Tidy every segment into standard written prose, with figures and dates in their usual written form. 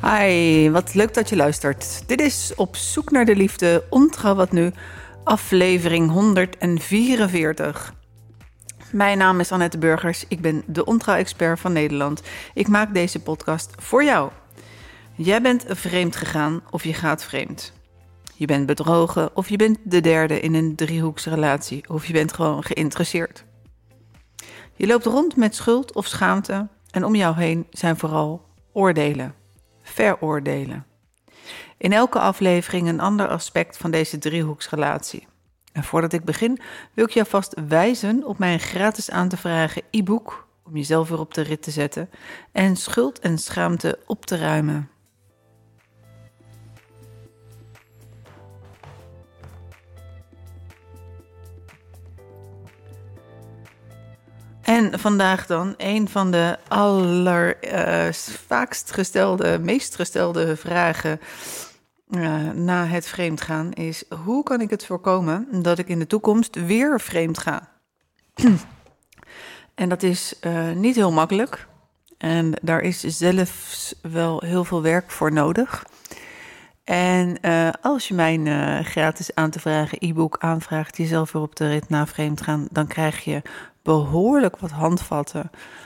Hi, wat leuk dat je luistert. Dit is Op zoek naar de liefde, ontrouw wat nu, aflevering 144. Mijn naam is Annette Burgers, ik ben de ontrouw-expert van Nederland. Ik maak deze podcast voor jou. Jij bent vreemd gegaan of je gaat vreemd. Je bent bedrogen of je bent de derde in een driehoeksrelatie of je bent gewoon geïnteresseerd. Je loopt rond met schuld of schaamte en om jou heen zijn vooral oordelen. Veroordelen. In elke aflevering een ander aspect van deze driehoeksrelatie. En voordat ik begin wil ik je alvast wijzen op mijn gratis aan te vragen e-book om jezelf weer op de rit te zetten en schuld en schaamte op te ruimen. En vandaag dan een van de meest gestelde vragen na het vreemdgaan is: hoe kan ik het voorkomen dat ik in de toekomst weer vreemd ga? En dat is niet heel makkelijk. En daar is zelfs wel heel veel werk voor nodig. En als je mijn gratis aan te vragen e-book aanvraagt, jezelf weer op de rit na vreemdgaan, dan krijg je behoorlijk wat handvatten.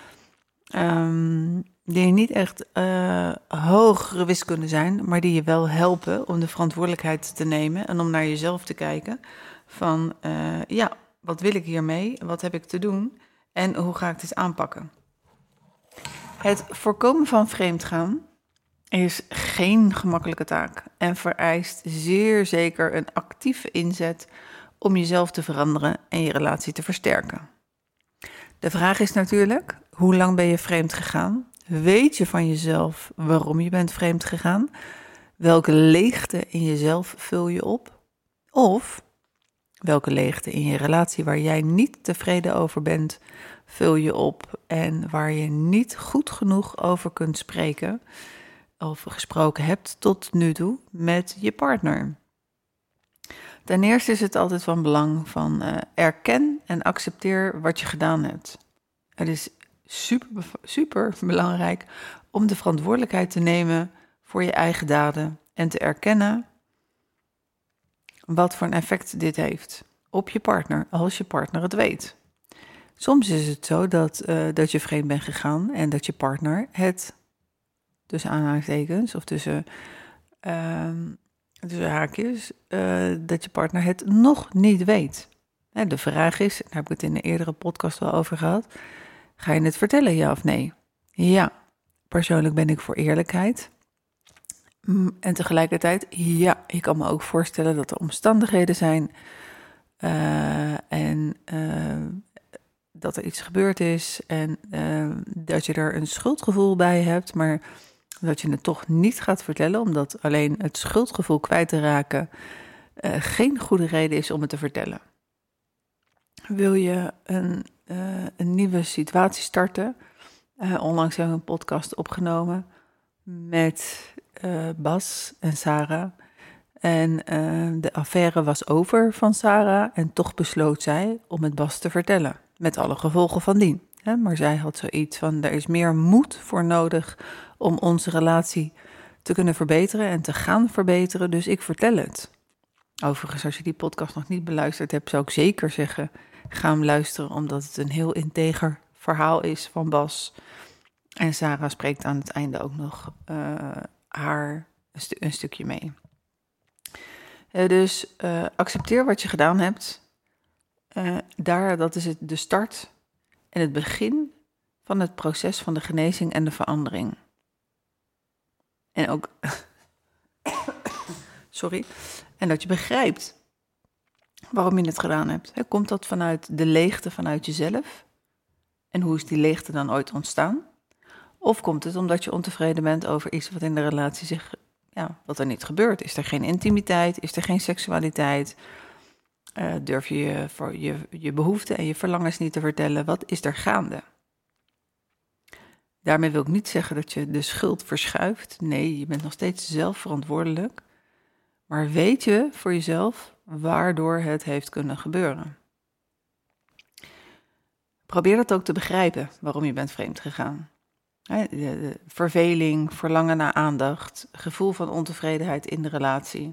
Die niet echt hogere wiskunde zijn, maar die je wel helpen om de verantwoordelijkheid te nemen en om naar jezelf te kijken van wat wil ik hiermee, wat heb ik te doen en hoe ga ik dit aanpakken. Het voorkomen van vreemdgaan is geen gemakkelijke taak en vereist zeer zeker een actieve inzet om jezelf te veranderen en je relatie te versterken. De vraag is natuurlijk, hoe lang ben je vreemd gegaan? Weet je van jezelf waarom je bent vreemd gegaan? Welke leegte in jezelf vul je op? Of welke leegte in je relatie waar jij niet tevreden over bent, vul je op en waar je niet goed genoeg over kunt spreken of gesproken hebt tot nu toe met je partner? Ten eerste is het altijd van belang van erken en accepteer wat je gedaan hebt. Het is super belangrijk om de verantwoordelijkheid te nemen voor je eigen daden en te erkennen wat voor een effect dit heeft op je partner, als je partner het weet. Soms is het zo dat je vreemd bent gegaan en dat je partner het, tussen aanhalingstekens of tussen haakjes, dat je partner het nog niet weet. De vraag is, daar heb ik het in een eerdere podcast al over gehad, ga je het vertellen, ja of nee? Ja, persoonlijk ben ik voor eerlijkheid. En tegelijkertijd, ja, ik kan me ook voorstellen dat er omstandigheden zijn en dat er iets gebeurd is en dat je er een schuldgevoel bij hebt, maar dat je het toch niet gaat vertellen, omdat alleen het schuldgevoel kwijt te raken geen goede reden is om het te vertellen. Wil je een nieuwe situatie starten? Onlangs hebben we een podcast opgenomen met Bas en Sarah. En de affaire was over van Sarah en toch besloot zij om het Bas te vertellen. Met alle gevolgen van dien. Maar zij had zoiets van, er is meer moed voor nodig om onze relatie te kunnen verbeteren en te gaan verbeteren, dus ik vertel het. Overigens, als je die podcast nog niet beluisterd hebt, zou ik zeker zeggen, ga hem luisteren, omdat het een heel integer verhaal is van Bas. En Sarah spreekt aan het einde ook nog een stukje mee. Dus accepteer wat je gedaan hebt. Dat is de start en het begin van het proces van de genezing en de verandering. En ook, en dat je begrijpt waarom je het gedaan hebt. Komt dat vanuit de leegte vanuit jezelf? En hoe is die leegte dan ooit ontstaan? Of komt het omdat je ontevreden bent over iets wat in de relatie wat er niet gebeurt? Is er geen intimiteit? Is er geen seksualiteit? Durf je voor je behoeften en je verlangens niet te vertellen? Wat is er gaande? Daarmee wil ik niet zeggen dat je de schuld verschuift. Nee, je bent nog steeds zelf verantwoordelijk. Maar weet je voor jezelf waardoor het heeft kunnen gebeuren? Probeer dat ook te begrijpen, waarom je bent vreemd gegaan. De verveling, verlangen naar aandacht, gevoel van ontevredenheid in de relatie.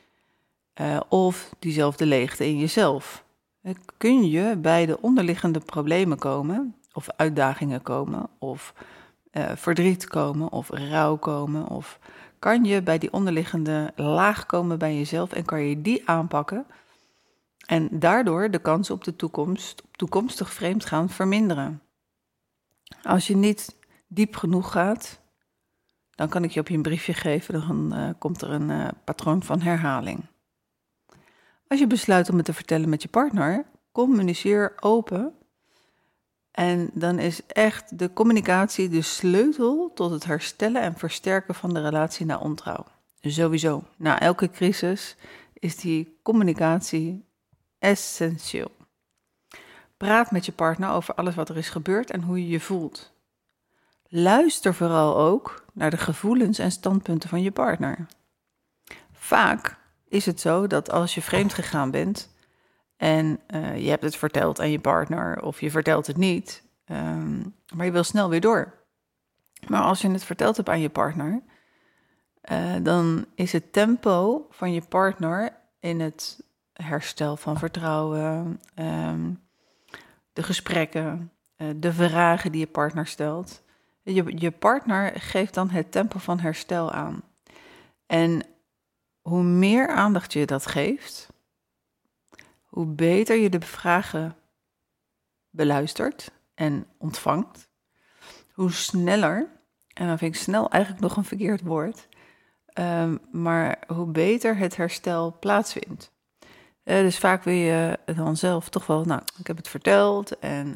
Of diezelfde leegte in jezelf. Kun je bij de onderliggende problemen komen, of uitdagingen komen, of verdriet komen, of rouw komen, of kan je bij die onderliggende laag komen bij jezelf en kan je die aanpakken en daardoor de kans op de toekomst, op toekomstig vreemdgaan verminderen. Als je niet diep genoeg gaat, dan kan ik je op je een briefje geven, dan komt er een patroon van herhaling. Als je besluit om het te vertellen met je partner, communiceer open. En dan is echt de communicatie de sleutel tot het herstellen en versterken van de relatie na ontrouw. Dus sowieso, na elke crisis is die communicatie essentieel. Praat met je partner over alles wat er is gebeurd en hoe je je voelt. Luister vooral ook naar de gevoelens en standpunten van je partner. Vaak is het zo dat als je vreemd gegaan bent en je hebt het verteld aan je partner of je vertelt het niet, maar je wil snel weer door. Maar als je het verteld hebt aan je partner, dan is het tempo van je partner in het herstel van vertrouwen, de gesprekken, de vragen die je partner stelt. Je partner geeft dan het tempo van herstel aan. En hoe meer aandacht je dat geeft, hoe beter je de vragen beluistert en ontvangt, hoe sneller, en dan vind ik snel eigenlijk nog een verkeerd woord, maar hoe beter het herstel plaatsvindt. Dus vaak wil je dan zelf toch wel, nou, ik heb het verteld en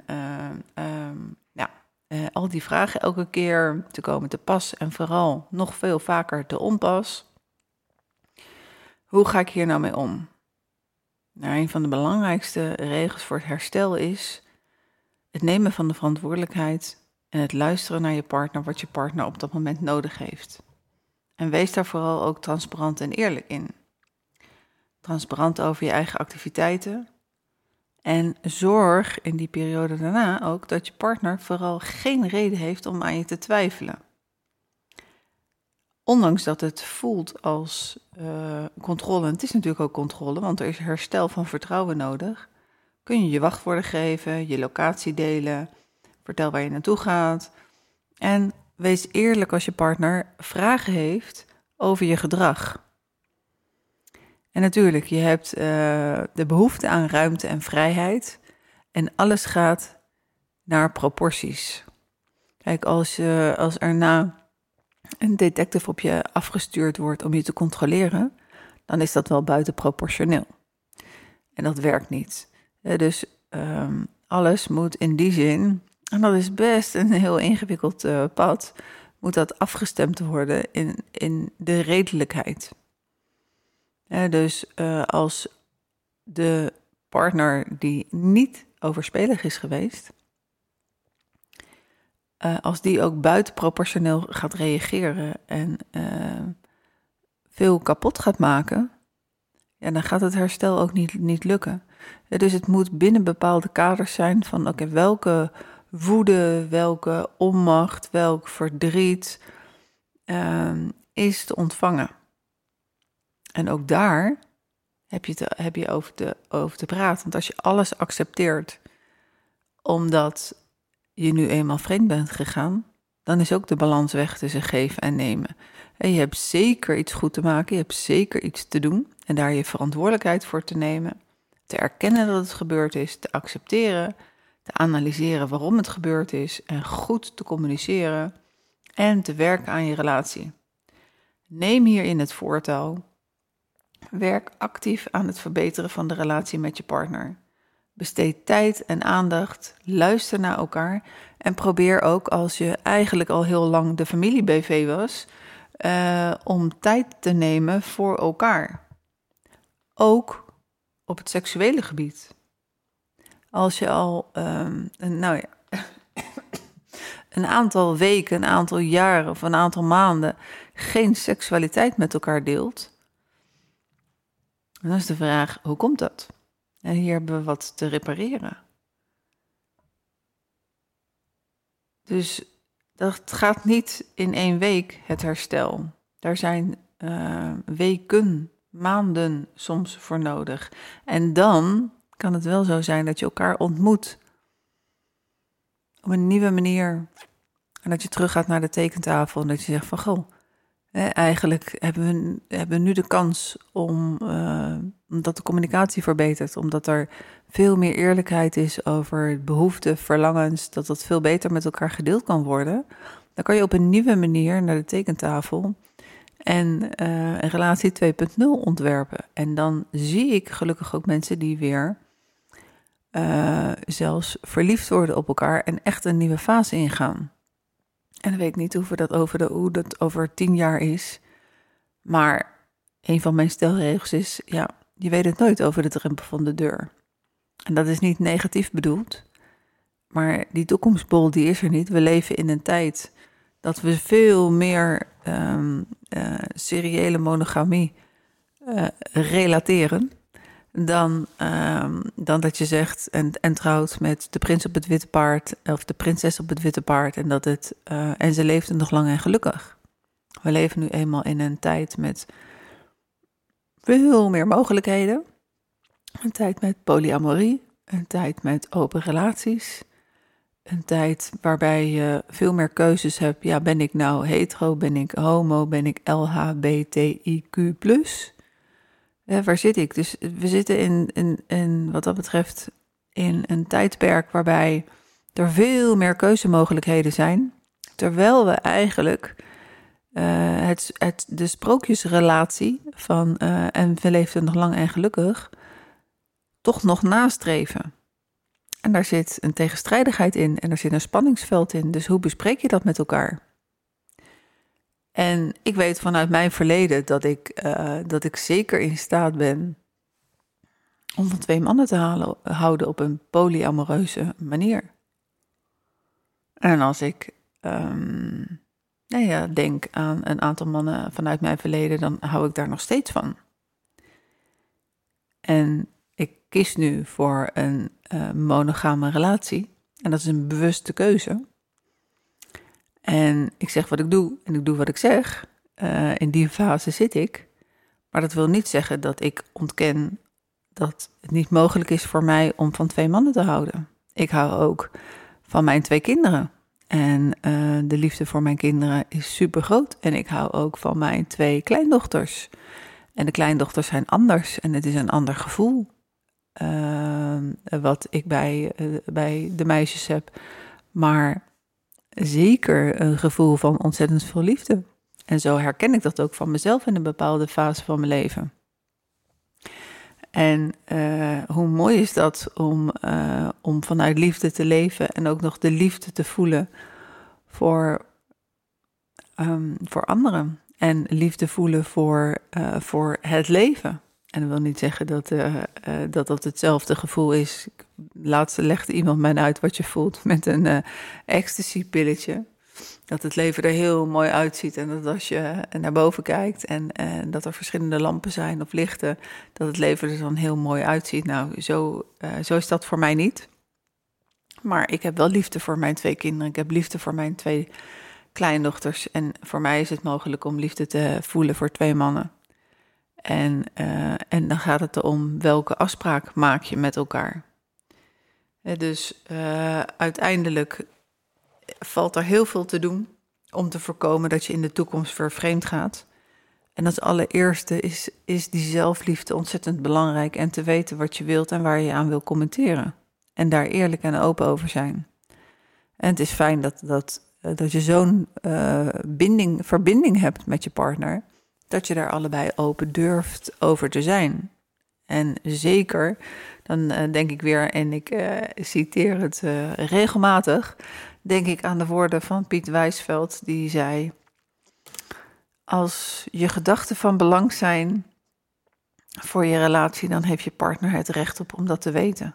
al die vragen elke keer te komen te pas en vooral nog veel vaker te onpas. Hoe ga ik hier nou mee om? Nou, een van de belangrijkste regels voor het herstel is het nemen van de verantwoordelijkheid en het luisteren naar je partner, wat je partner op dat moment nodig heeft. En wees daar vooral ook transparant en eerlijk in. Transparant over je eigen activiteiten. En zorg in die periode daarna ook dat je partner vooral geen reden heeft om aan je te twijfelen. Ondanks dat het voelt als controle, en het is natuurlijk ook controle, want er is herstel van vertrouwen nodig, kun je je wachtwoorden geven, je locatie delen, vertel waar je naartoe gaat. En wees eerlijk als je partner vragen heeft over je gedrag. En natuurlijk, je hebt de behoefte aan ruimte en vrijheid en alles gaat naar proporties. Kijk, als er na een detective op je afgestuurd wordt om je te controleren, dan is dat wel buitenproportioneel. En dat werkt niet. Dus alles moet in die zin, en dat is best een heel ingewikkeld pad, moet dat afgestemd worden in de redelijkheid. Dus als de partner die niet overspelig is geweest, als die ook buitenproportioneel gaat reageren en veel kapot gaat maken, ja, dan gaat het herstel ook niet lukken. Dus het moet binnen bepaalde kaders zijn van oké, welke woede, welke onmacht, welk verdriet is te ontvangen. En ook daar heb je over te praten. Want als je alles accepteert omdat je nu eenmaal vreemd bent gegaan, dan is ook de balans weg tussen geven en nemen. En je hebt zeker iets goed te maken, je hebt zeker iets te doen en daar je verantwoordelijkheid voor te nemen, te erkennen dat het gebeurd is, te accepteren, te analyseren waarom het gebeurd is en goed te communiceren en te werken aan je relatie. Neem hierin het voortouw. Werk actief aan het verbeteren van de relatie met je partner. Besteed tijd en aandacht, luister naar elkaar en probeer ook als je eigenlijk al heel lang de familie-BV was, om tijd te nemen voor elkaar. Ook op het seksuele gebied. Als je al een aantal weken, een aantal jaren of een aantal maanden geen seksualiteit met elkaar deelt, dan is de vraag, hoe komt dat? En hier hebben we wat te repareren. Dus Dat gaat niet in 1 week, het herstel. Daar zijn weken, maanden soms voor nodig. En dan kan het wel zo zijn dat je elkaar ontmoet op een nieuwe manier. En dat je teruggaat naar de tekentafel en dat je zegt van, goh, eigenlijk hebben we nu de kans omdat de communicatie verbetert, omdat er veel meer eerlijkheid is over behoeften, verlangens, dat dat veel beter met elkaar gedeeld kan worden. Dan kan je op een nieuwe manier naar de tekentafel en een relatie 2.0 ontwerpen. En dan zie ik gelukkig ook mensen die weer zelfs verliefd worden op elkaar en echt een nieuwe fase ingaan. En dan weet ik niet hoe dat over 10 jaar is. Maar een van mijn stelregels is, ja, je weet het nooit over de drempel van de deur. En dat is niet negatief bedoeld. Maar die toekomstbol, die is er niet. We leven in een tijd dat we veel meer seriële monogamie relateren. Dan dat je zegt en trouwt met de prins op het witte paard of de prinses op het witte paard en ze leefden nog lang en gelukkig. We leven nu eenmaal in een tijd met veel meer mogelijkheden. Een tijd met polyamorie, een tijd met open relaties. Een tijd waarbij je veel meer keuzes hebt. Ja, ben ik nou hetero, ben ik homo, ben ik LHBTIQ+. Waar zit ik? Dus we zitten in wat dat betreft in een tijdperk waarbij er veel meer keuzemogelijkheden zijn. Terwijl we eigenlijk de sprookjesrelatie van en we leefden nog lang en gelukkig toch nog nastreven. En daar zit een tegenstrijdigheid in en er zit een spanningsveld in. Dus hoe bespreek je dat met elkaar? En ik weet vanuit mijn verleden dat ik zeker in staat ben om van 2 mannen te houden op een polyamoreuze manier. En als ik denk aan een aantal mannen vanuit mijn verleden, dan hou ik daar nog steeds van. En ik kies nu voor een monogame relatie. En dat is een bewuste keuze. En ik zeg wat ik doe en ik doe wat ik zeg. In die fase zit ik. Maar dat wil niet zeggen dat ik ontken dat het niet mogelijk is voor mij om van 2 mannen te houden. Ik hou ook van mijn 2 kinderen. En de liefde voor mijn kinderen is super groot. En ik hou ook van mijn 2 kleindochters. En de kleindochters zijn anders en het is een ander gevoel. Wat ik bij de meisjes heb. Maar zeker een gevoel van ontzettend veel liefde. En zo herken ik dat ook van mezelf in een bepaalde fase van mijn leven. En hoe mooi is dat om vanuit liefde te leven en ook nog de liefde te voelen voor anderen. En liefde voelen voor het leven. En dat wil niet zeggen dat hetzelfde gevoel is. Laatst legde iemand mij uit wat je voelt met een ecstasy-pilletje. Dat het leven er heel mooi uitziet en dat als je naar boven kijkt en dat er verschillende lampen zijn of lichten, dat het leven er dan heel mooi uitziet. Nou, zo is dat voor mij niet. Maar ik heb wel liefde voor mijn 2 kinderen. Ik heb liefde voor mijn 2 kleindochters. En voor mij is het mogelijk om liefde te voelen voor 2 mannen. En dan gaat het erom welke afspraak maak je met elkaar. Dus uiteindelijk valt er heel veel te doen om te voorkomen dat je in de toekomst vervreemd gaat. En als allereerste is die zelfliefde ontzettend belangrijk en te weten wat je wilt en waar je aan wil commenteren. En daar eerlijk en open over zijn. En het is fijn dat je zo'n verbinding hebt met je partner, dat je daar allebei open durft over te zijn. En zeker, dan denk ik weer, en ik citeer het regelmatig, denk ik aan de woorden van Piet Wijsveld, die zei: als je gedachten van belang zijn voor je relatie, dan heeft je partner het recht op om dat te weten.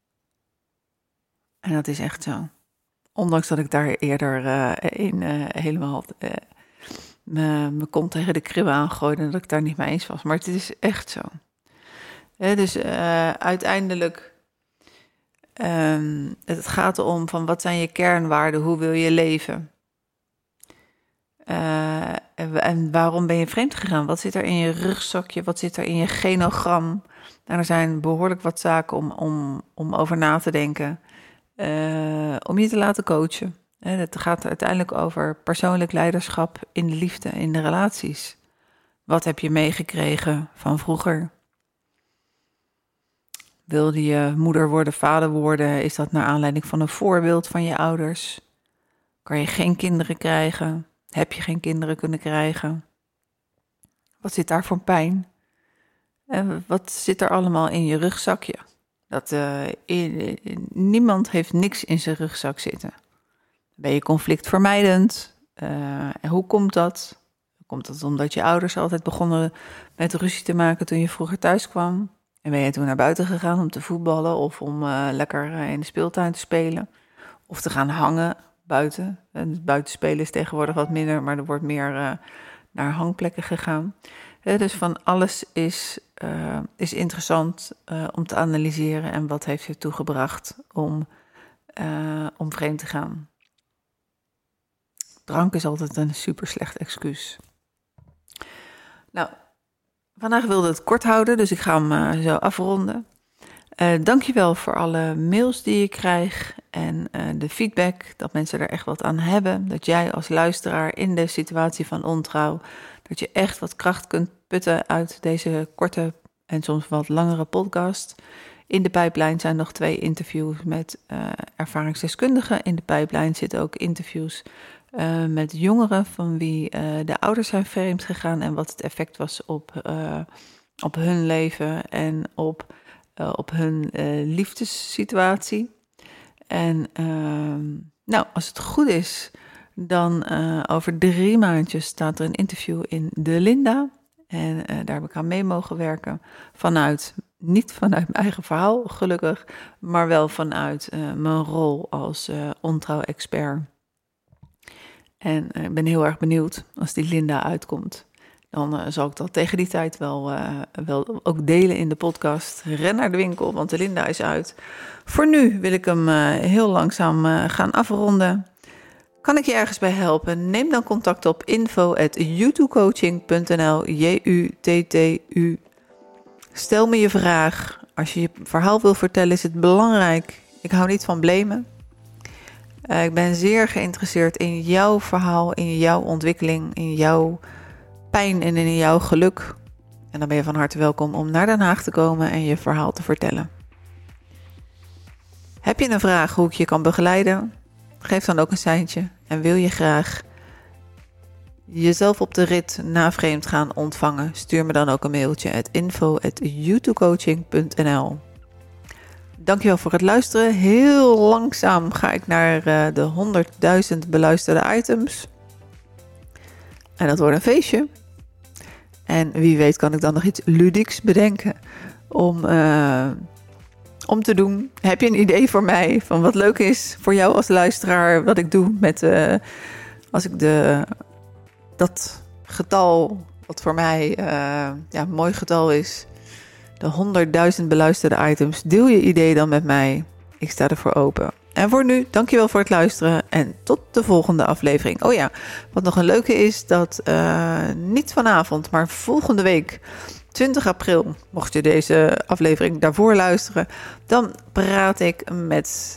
En dat is echt zo. Ondanks dat ik daar eerder helemaal mijn kont tegen de kribben aangooide en dat ik daar niet mee eens was. Maar het is echt zo. Dus uiteindelijk, het gaat erom van wat zijn je kernwaarden, hoe wil je leven? En waarom ben je vreemd gegaan? Wat zit er in je rugzakje? Wat zit er in je genogram? Nou, er zijn behoorlijk wat zaken om over na te denken. Om je te laten coachen. Het gaat uiteindelijk over persoonlijk leiderschap in de liefde, in de relaties. Wat heb je meegekregen van vroeger? Wilde je moeder worden, vader worden? Is dat naar aanleiding van een voorbeeld van je ouders? Kan je geen kinderen krijgen? Heb je geen kinderen kunnen krijgen? Wat zit daar voor pijn? En wat zit er allemaal in je rugzakje? Niemand heeft niks in zijn rugzak zitten. Ben je conflictvermijdend? En hoe komt dat? Komt dat omdat je ouders altijd begonnen met ruzie te maken toen je vroeger thuis kwam? En ben je toen naar buiten gegaan om te voetballen of om lekker in de speeltuin te spelen? Of te gaan hangen buiten? En buiten spelen is tegenwoordig wat minder, maar er wordt meer naar hangplekken gegaan. Dus van alles is interessant om te analyseren. En wat heeft je toegebracht om vreemd te gaan? Drank is altijd een super slecht excuus. Nou, vandaag wilde het kort houden, dus ik ga hem zo afronden. Dankjewel voor alle mails die je krijgt en de feedback, dat mensen er echt wat aan hebben. Dat jij als luisteraar in de situatie van ontrouw, dat je echt wat kracht kunt putten uit deze korte en soms wat langere podcast. In de pijplijn zijn nog 2 interviews met ervaringsdeskundigen. In de pijplijn zitten ook interviews met jongeren van wie de ouders zijn vreemd gegaan en wat het effect was op hun leven en op hun liefdessituatie. En nou, als het goed is, dan over 3 maandjes staat er een interview in De Linda. En daar heb ik aan mee mogen werken niet vanuit mijn eigen verhaal, gelukkig, maar wel vanuit mijn rol als ontrouw-expert. En ik ben heel erg benieuwd als die Linda uitkomt. Dan zal ik dat tegen die tijd wel ook delen in de podcast. Ren naar de winkel, want de Linda is uit. Voor nu wil ik hem heel langzaam gaan afronden. Kan ik je ergens bij helpen? Neem dan contact op info@youtubecoaching.nl. JUTTU. Stel me je vraag. Als je je verhaal wil vertellen, is het belangrijk. Ik hou niet van blamen. Ik ben zeer geïnteresseerd in jouw verhaal, in jouw ontwikkeling, in jouw pijn en in jouw geluk. En dan ben je van harte welkom om naar Den Haag te komen en je verhaal te vertellen. Heb je een vraag hoe ik je kan begeleiden? Geef dan ook een seintje. En wil je graag jezelf op de rit na vreemd gaan ontvangen? Stuur me dan ook een mailtje at info@youtubecoaching.nl. Dankjewel voor het luisteren. Heel langzaam ga ik naar de 100.000 beluisterde items. En dat wordt een feestje. En wie weet kan ik dan nog iets ludieks bedenken om te doen. Heb je een idee voor mij van wat leuk is voor jou als luisteraar? Wat ik doe met als ik dat getal, wat voor mij een mooi getal is, de 100.000 beluisterde items. Deel je idee dan met mij. Ik sta ervoor open. En voor nu, dankjewel voor het luisteren en tot de volgende aflevering. Oh ja, wat nog een leuke is, dat niet vanavond, maar volgende week, 20 april, mocht je deze aflevering daarvoor luisteren, dan praat ik met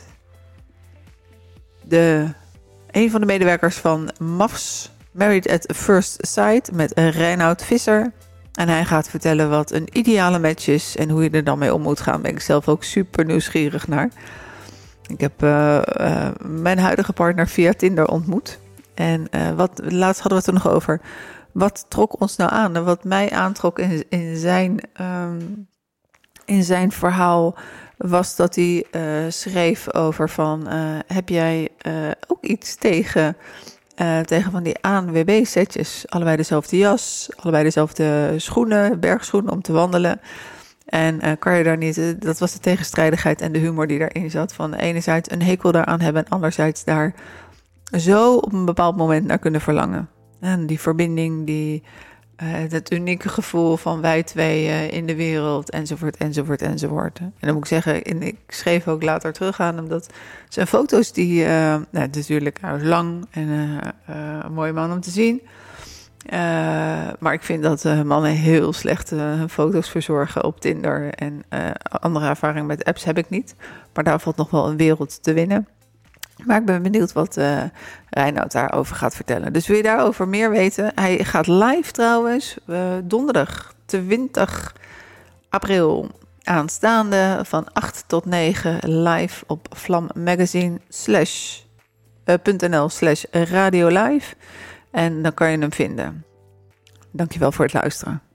een van de medewerkers van MAFS, Married at First Sight, met Reinoud Visser. En hij gaat vertellen wat een ideale match is en hoe je er dan mee om moet gaan. Daar ben ik zelf ook super nieuwsgierig naar. Ik heb mijn huidige partner via Tinder ontmoet. En laatst hadden we het er nog over. Wat trok ons nou aan? En wat mij aantrok in zijn verhaal was dat hij schreef over van, heb jij ook iets tegen van die ANWB-setjes? Allebei dezelfde jas, allebei dezelfde schoenen, bergschoenen om te wandelen. En kan je daar niet, dat was de tegenstrijdigheid en de humor die daarin zat. Van enerzijds een hekel daaraan hebben en anderzijds daar zo op een bepaald moment naar kunnen verlangen. En die verbinding, die Het unieke gevoel van wij twee in de wereld, enzovoort, enzovoort, enzovoort. En dan moet ik zeggen, ik schreef ook later terug aan hem dat zijn foto's die, natuurlijk, hij was lang en een mooie man om te zien. Maar ik vind dat mannen heel slecht hun foto's verzorgen op Tinder. En andere ervaring met apps heb ik niet. Maar daar valt nog wel een wereld te winnen. Maar ik ben benieuwd wat Reinoud daarover gaat vertellen. Dus wil je daarover meer weten? Hij gaat live trouwens, donderdag 20 april aanstaande van 8 tot 9 live op vlammagazine.nl/radiolive. En dan kan je hem vinden. Dankjewel voor het luisteren.